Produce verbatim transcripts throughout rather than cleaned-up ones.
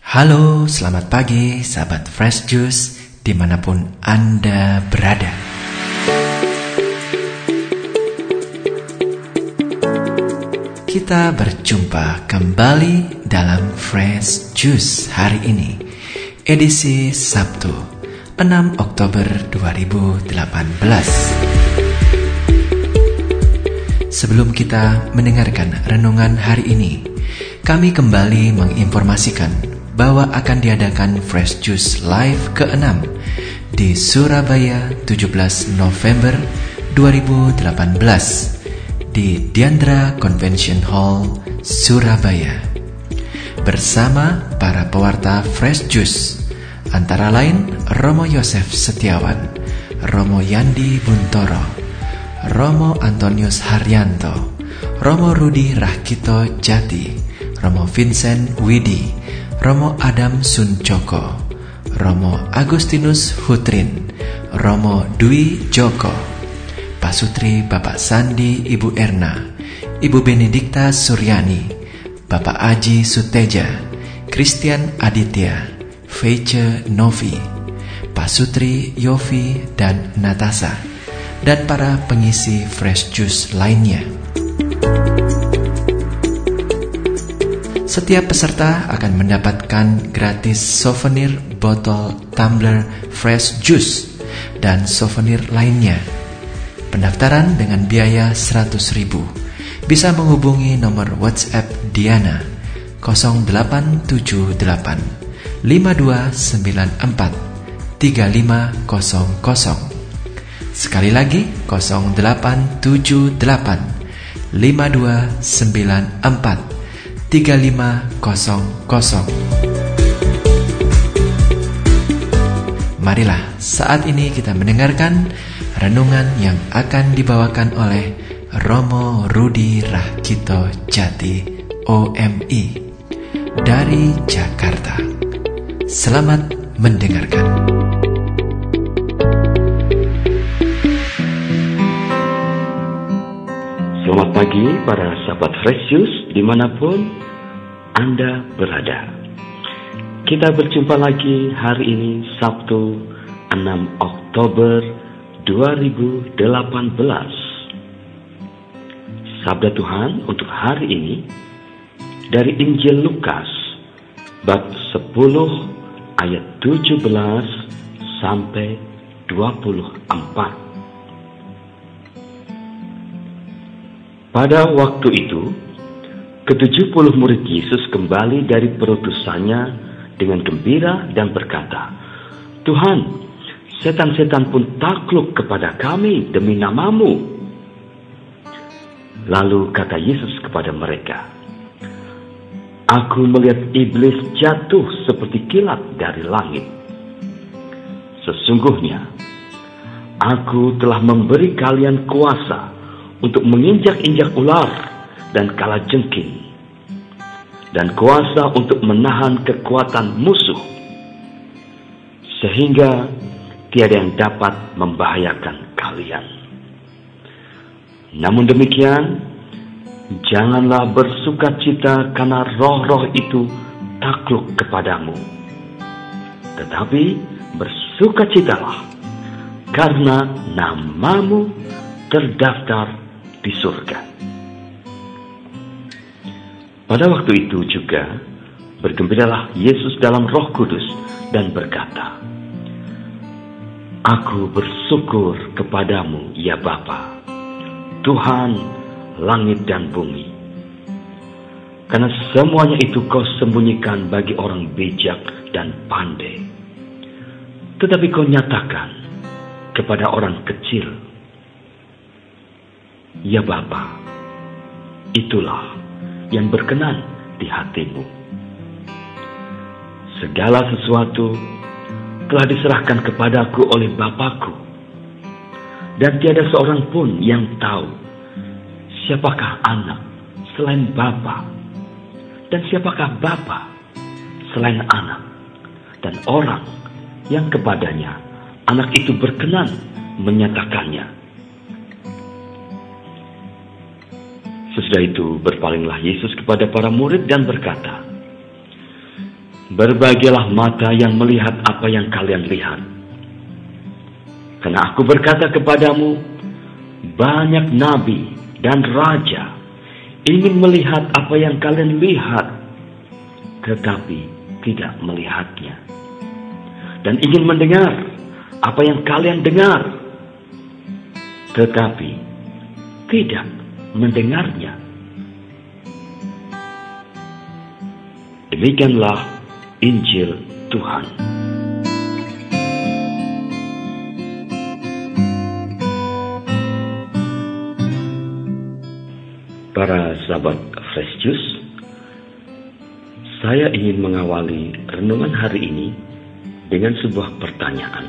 Halo, selamat pagi sahabat Fresh Juice dimanapun Anda berada. Kita berjumpa kembali dalam Fresh Juice hari ini, edisi Sabtu enam Oktober dua ribu delapan belas. Sebelum kita mendengarkan renungan hari ini, kami kembali menginformasikan bahwa akan diadakan Fresh Juice Live keenam di Surabaya tujuh belas November dua ribu delapan belas di Diandra Convention Hall, Surabaya. Bersama para pewarta Fresh Juice, antara lain Romo Yosef Setiawan, Romo Yandi Buntoro, Romo Antonius Haryanto, Romo Rudi Rahkito Jati, Romo Vincent Widi, Romo Adam Suncoko, Romo Agustinus Hutrin, Romo Dwi Joko, Pasutri Bapak Sandi Ibu Erna, Ibu Benedikta Suryani, Bapak Aji Suteja, Christian Aditya, Feice Novi, Pasutri Yofi dan Natasha, dan para pengisi Fresh Juice lainnya. Setiap peserta akan mendapatkan gratis souvenir botol tumbler Fresh Juice dan souvenir lainnya. Pendaftaran dengan biaya seratus ribu. Bisa menghubungi nomor WhatsApp Diana nol delapan tujuh delapan lima dua sembilan empat tiga lima nol nol. Sekali lagi nol delapan tujuh delapan lima dua sembilan empat tiga lima nol nol. Marilah saat ini kita mendengarkan renungan yang akan dibawakan oleh Romo Rudi Rahkito Jati O M I dari Jakarta. Selamat mendengarkan. Selamat pagi para sahabat Fresh Juice dimanapun Anda berada. Kita berjumpa lagi hari ini Sabtu enam Oktober dua ribu delapan belas. Sabda Tuhan untuk hari ini dari Injil Lukas bab sepuluh ayat tujuh belas sampai dua puluh empat. Pada waktu itu, ketujuh puluh murid Yesus kembali dari perutusannya dengan gembira dan berkata, "Tuhan, setan-setan pun takluk kepada kami demi nama-Mu." Lalu kata Yesus kepada mereka, "Aku melihat iblis jatuh seperti kilat dari langit. Sesungguhnya, Aku telah memberi kalian kuasa untuk menginjak-injak ular dan kalajengking, dan kuasa untuk menahan kekuatan musuh, sehingga tiada yang dapat membahayakan kalian. Namun demikian, janganlah bersukacita karena roh-roh itu takluk kepadamu, tetapi bersukacitalah karena namamu terdaftar di surga." Pada waktu itu juga bergembiralah Yesus dalam Roh Kudus dan berkata, "Aku bersyukur kepadamu ya Bapa, Tuhan langit dan bumi, karena semuanya itu Kau sembunyikan bagi orang bijak dan pandai, tetapi Kau nyatakan kepada orang kecil. Ya Bapa, itulah yang berkenan di hati-Mu. Segala sesuatu telah diserahkan kepadaku oleh Bapa-Ku, dan tiada seorang pun yang tahu siapakah anak selain Bapa, dan siapakah Bapa selain anak, dan orang yang kepadanya anak itu berkenan menyatakannya." Sesudah itu berpalinglah Yesus kepada para murid dan berkata, Berbahagialah mata yang melihat apa yang kalian lihat. Karena aku berkata kepadamu, banyak nabi dan raja ingin melihat apa yang kalian lihat, tetapi tidak melihatnya. Dan ingin mendengar apa yang kalian dengar, tetapi tidak mendengarnya. Demikianlah Injil Tuhan. Para sahabat Fresh Juice, saya ingin mengawali renungan hari ini dengan sebuah pertanyaan.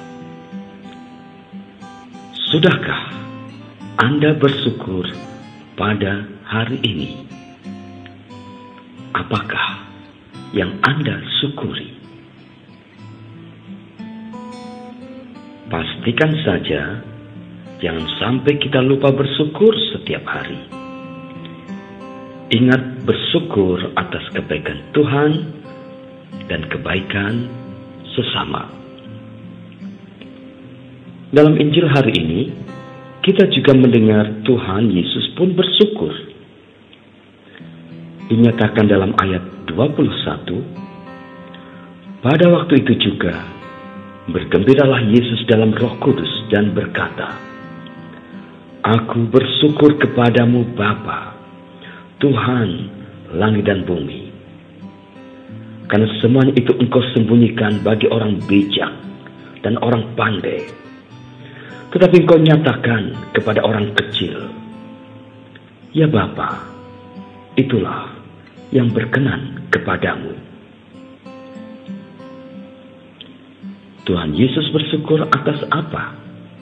Sudahkah Anda bersyukur pada hari ini? Apakah yang Anda syukuri? Pastikan saja jangan sampai kita lupa bersyukur setiap hari. Ingat bersyukur atas kebaikan Tuhan dan kebaikan sesama. Dalam Injil hari ini, kita juga mendengar Tuhan Yesus pun bersyukur. Dinyatakan dalam ayat dua puluh satu, pada waktu itu juga bergembiralah Yesus dalam Roh Kudus dan berkata, Aku bersyukur kepadamu Bapa, Tuhan langit dan bumi, karena semuanya itu Engkau sembunyikan bagi orang bijak dan orang pandai, tetapi Engkau nyatakan kepada orang kecil. Ya Bapa, itulah yang berkenan kepadamu. Tuhan Yesus bersyukur atas apa?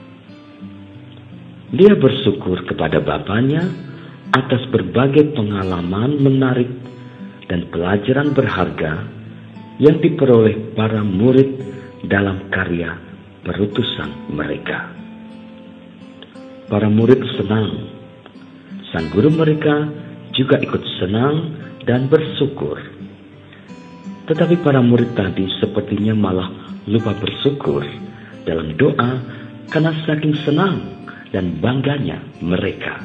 Dia bersyukur kepada Bapanya atas berbagai pengalaman menarik dan pelajaran berharga yang diperoleh para murid dalam karya perutusan mereka. Para murid senang, sang guru mereka juga ikut senang dan bersyukur. Tetapi para murid tadi sepertinya malah lupa bersyukur dalam doa karena saking senang dan bangganya mereka.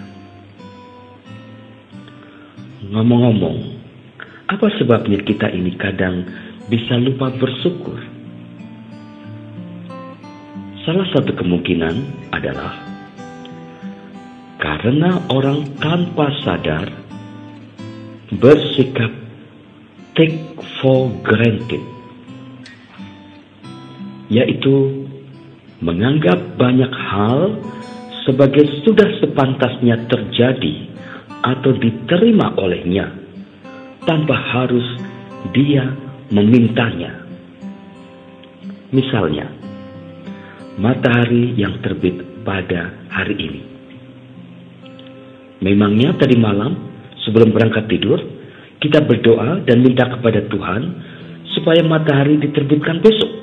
Ngomong-ngomong, apa sebabnya kita ini kadang bisa lupa bersyukur? Salah satu kemungkinan adalah karena orang tanpa sadar bersikap take for granted, yaitu menganggap banyak hal sebagai sudah sepantasnya terjadi atau diterima olehnya tanpa harus dia memintanya. Misalnya, matahari yang terbit pada hari ini. Memangnya tadi malam sebelum berangkat tidur, kita berdoa dan minta kepada Tuhan supaya matahari diterbitkan besok.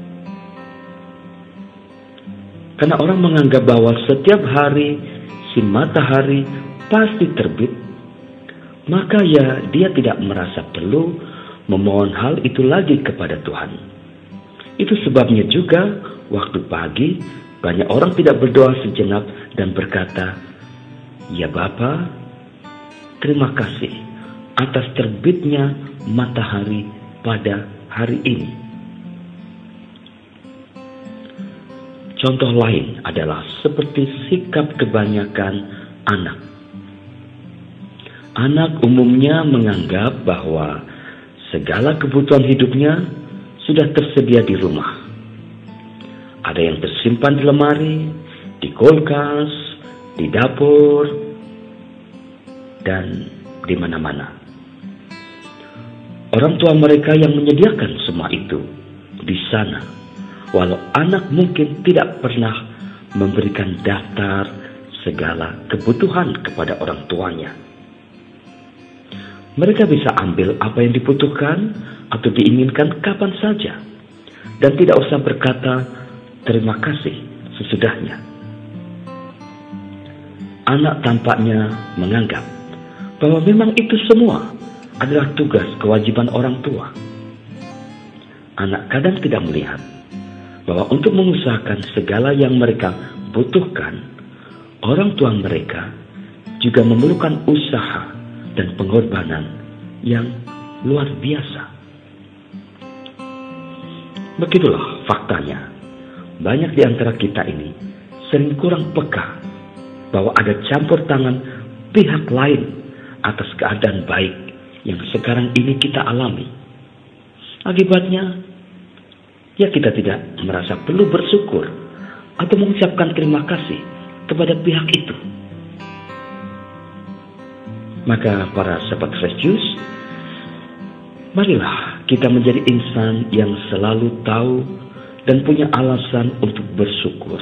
Karena orang menganggap bahwa setiap hari si matahari pasti terbit, maka ya dia tidak merasa perlu memohon hal itu lagi kepada Tuhan. Itu sebabnya juga waktu pagi banyak orang tidak berdoa sejenak dan berkata, Ya Bapa, terima kasih atas terbitnya matahari pada hari ini. Contoh lain adalah seperti sikap kebanyakan anak. Anak umumnya menganggap bahwa segala kebutuhan hidupnya sudah tersedia di rumah. Ada yang tersimpan di lemari, di kulkas, di dapur, dan di mana-mana. Orang tua mereka yang menyediakan semua itu di sana, walau anak mungkin tidak pernah memberikan daftar segala kebutuhan kepada orang tuanya. Mereka bisa ambil apa yang dibutuhkan atau diinginkan kapan saja dan tidak usah berkata terima kasih sesudahnya. Anak tampaknya menganggap bahwa memang itu semua adalah tugas kewajiban orang tua. anak kadang tidak melihat bahwa untuk mengusahakan segala yang mereka butuhkan, orang tua mereka juga memerlukan usaha dan pengorbanan yang luar biasa. Begitulah faktanya. Banyak di antara kita ini sering kurang peka bahwa ada campur tangan pihak lain atas keadaan baik yang sekarang ini kita alami. Akibatnya, ya kita tidak merasa perlu bersyukur atau mengucapkan terima kasih kepada pihak itu. Maka para sahabat Fresh Juice, marilah kita menjadi insan yang selalu tahu dan punya alasan untuk bersyukur.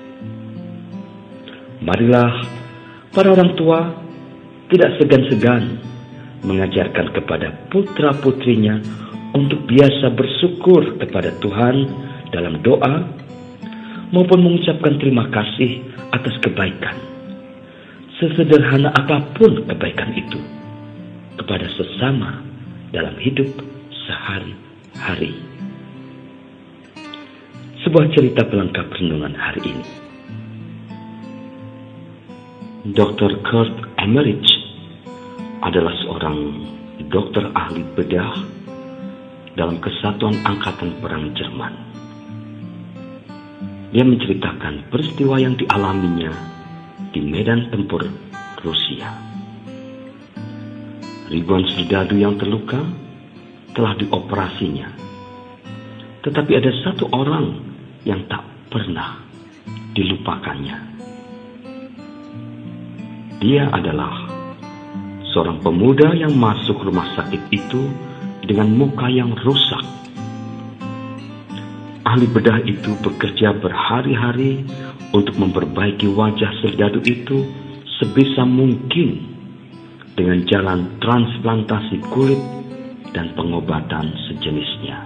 Marilah para orang tua tidak segan-segan mengajarkan kepada putra-putrinya untuk biasa bersyukur kepada Tuhan dalam doa maupun mengucapkan terima kasih atas kebaikan, sesederhana apapun kebaikan itu, kepada sesama dalam hidup sehari-hari. Sebuah cerita pelengkap renungan hari ini. dokter Kurt Emmerich adalah seorang dokter ahli bedah dalam Kesatuan Angkatan Perang Jerman. Dia menceritakan peristiwa yang dialaminya di medan tempur Rusia. Ribuan serdadu yang terluka telah dioperasinya, tetapi ada satu orang yang tak pernah dilupakannya. Dia adalah seorang pemuda yang masuk rumah sakit itu dengan muka yang rusak. Ahli bedah itu bekerja berhari-hari untuk memperbaiki wajah serdadu itu sebisa mungkin dengan jalan transplantasi kulit dan pengobatan sejenisnya.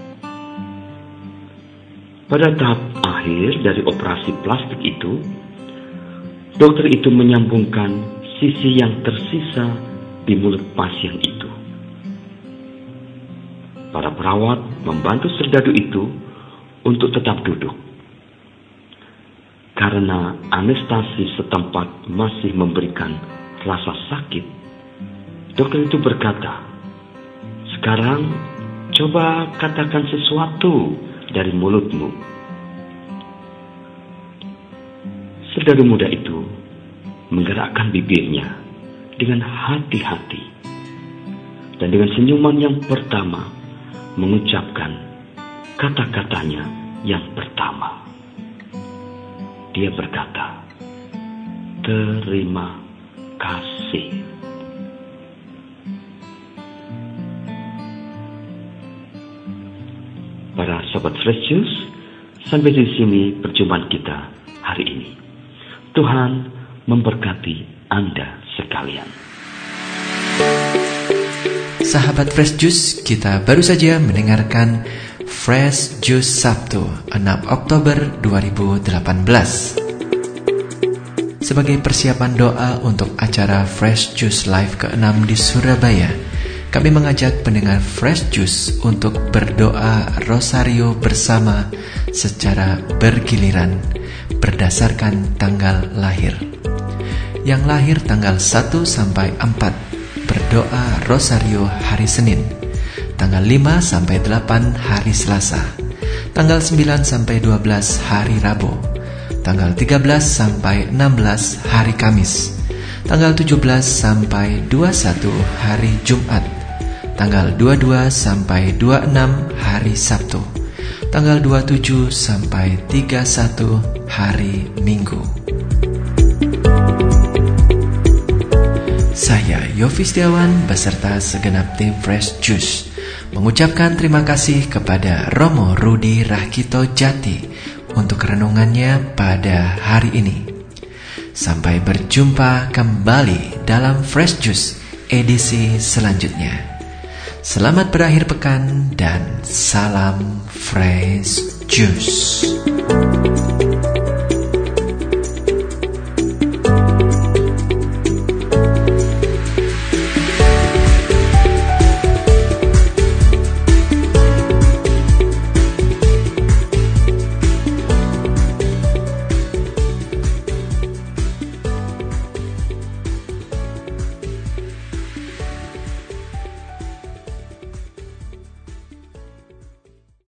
Pada tahap akhir dari operasi plastik itu, dokter itu menyambungkan sisi yang tersisa di mulut pasien itu. Para perawat membantu serdadu itu untuk tetap duduk. Karena anestesi setempat masih memberikan rasa sakit, dokter itu berkata, "Sekarang coba katakan sesuatu dari mulutmu." Serdadu muda itu menggerakkan bibirnya dengan hati-hati dan dengan senyuman yang pertama mengucapkan kata-katanya yang pertama. Dia berkata, "Terima kasih." Para sahabat Fresh Juice, sampai di sini perjumpaan kita hari ini. Tuhan memberkati Anda sekalian. Sahabat Fresh Juice, kita baru saja mendengarkan Fresh Juice Sabtu enam Oktober dua ribu delapan belas. Sebagai persiapan doa untuk acara Fresh Juice Live keenam di Surabaya, kami mengajak pendengar Fresh Juice untuk berdoa rosario bersama secara bergiliran berdasarkan tanggal lahir. Yang lahir tanggal satu sampai empat berdoa rosario hari Senin, tanggal lima sampai delapan hari Selasa, tanggal sembilan sampai dua belas hari Rabu, tanggal tiga belas sampai enam belas hari Kamis, tanggal tujuh belas sampai dua puluh satu hari Jumat, tanggal dua puluh dua sampai dua puluh enam hari Sabtu, tanggal dua puluh tujuh sampai tiga puluh satu hari Minggu. Saya Yofi Setiawan beserta segenap tim Fresh Juice mengucapkan terima kasih kepada Romo Rudi Rahkito Jati untuk renungannya pada hari ini. Sampai berjumpa kembali dalam Fresh Juice edisi selanjutnya. Selamat berakhir pekan dan salam Fresh Juice.